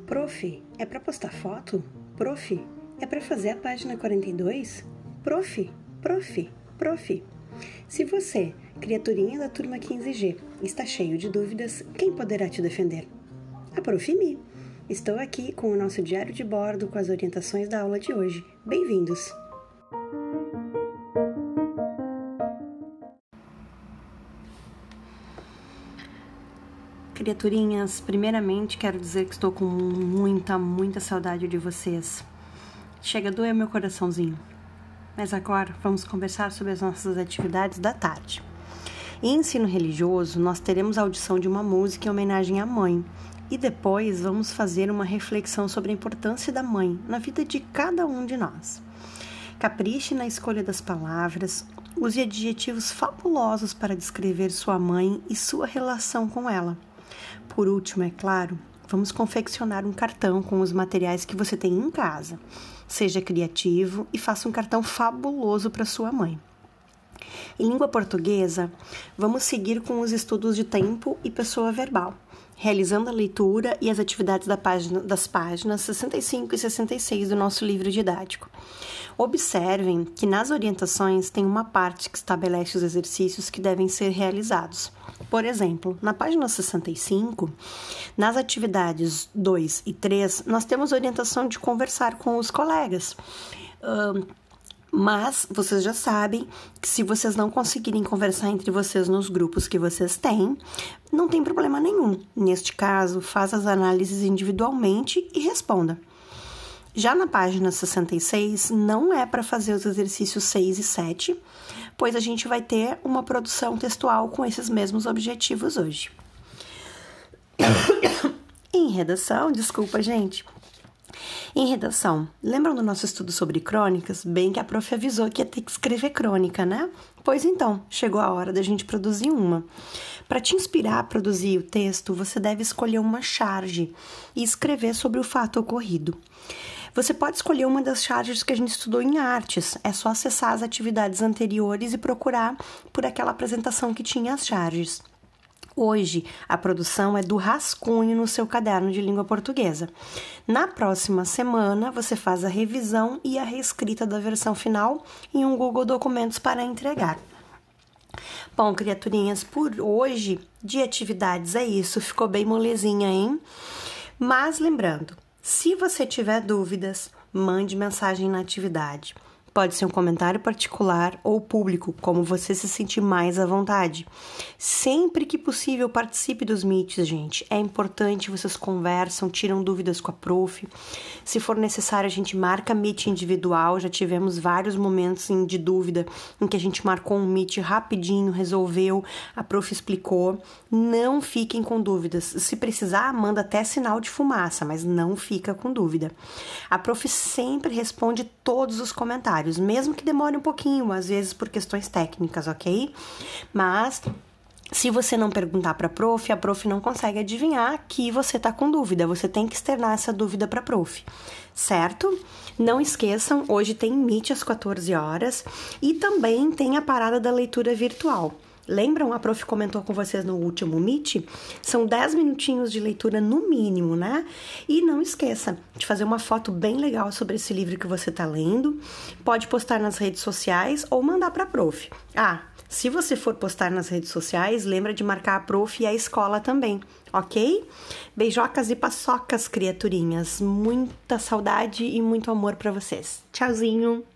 Prof, é para postar foto? Prof, é para fazer a página 42? Prof. Se você, criaturinha da turma 15G, está cheio de dúvidas, quem poderá te defender? A Prof. Mi. Estou aqui com o nosso diário de bordo com as orientações da aula de hoje. Bem-vindos! Criaturinhas, primeiramente quero dizer que estou com muita saudade de vocês. Chega a doer meu coraçãozinho. Mas agora vamos conversar sobre as nossas atividades da tarde. Em ensino religioso, nós teremos a audição de uma música em homenagem à mãe. E depois vamos fazer uma reflexão sobre a importância da mãe na vida de cada um de nós. Capriche na escolha das palavras, use adjetivos fabulosos para descrever sua mãe e sua relação com ela. Por último, é claro, vamos confeccionar um cartão com os materiais que você tem em casa. Seja criativo e faça um cartão fabuloso para sua mãe. Em língua portuguesa, vamos seguir com os estudos de tempo e pessoa verbal, realizando a leitura e as atividades das páginas 65 e 66 do nosso livro didático. Observem que nas orientações tem uma parte que estabelece os exercícios que devem ser realizados. Por exemplo, na página 65, nas atividades 2 e 3, nós temos a orientação de conversar com os colegas. Mas vocês já sabem que se vocês não conseguirem conversar entre vocês nos grupos que vocês têm, não tem problema nenhum. Neste caso, faça as análises individualmente e responda. Já na página 66, não é para fazer os exercícios 6 e 7, pois a gente vai ter uma produção textual com esses mesmos objetivos hoje. Em redação, Em redação, lembram do nosso estudo sobre crônicas? Bem que a prof avisou que ia ter que escrever crônica, né? Pois então, chegou a hora da gente produzir uma. Para te inspirar a produzir o texto, você deve escolher uma charge e escrever sobre o fato ocorrido. Você pode escolher uma das charges que a gente estudou em artes. É só acessar as atividades anteriores e procurar por aquela apresentação que tinha as charges. Hoje, a produção é do rascunho no seu caderno de língua portuguesa. Na próxima semana, você faz a revisão e a reescrita da versão final em um Google Documentos para entregar. Bom, criaturinhas, por hoje, de atividades é isso. Ficou bem molezinha, hein? Mas lembrando, se você tiver dúvidas, mande mensagem na atividade. Pode ser um comentário particular ou público, como você se sentir mais à vontade. Sempre que possível, participe dos meets, gente. É importante, vocês conversam, tiram dúvidas com a prof. Se for necessário, a gente marca meet individual. Já tivemos vários momentos de dúvida em que a gente marcou um meet rapidinho, resolveu, a prof explicou. Não fiquem com dúvidas. Se precisar, manda até sinal de fumaça, mas não fica com dúvida. A prof sempre responde todos os comentários, mesmo que demore um pouquinho, às vezes por questões técnicas, ok? Mas se você não perguntar para a prof não consegue adivinhar que você está com dúvida. Você tem que externar essa dúvida para a prof, certo? Não esqueçam, hoje tem Meet às 14 horas e também tem a parada da leitura virtual. Lembram? A prof comentou com vocês no último Meet? São 10 minutinhos de leitura no mínimo, né? E não esqueça de fazer uma foto bem legal sobre esse livro que você está lendo. Pode postar nas redes sociais ou mandar para a prof. Se você for postar nas redes sociais, lembra de marcar a prof e a escola também, ok? Beijocas e paçocas, criaturinhas. Muita saudade e muito amor para vocês. Tchauzinho!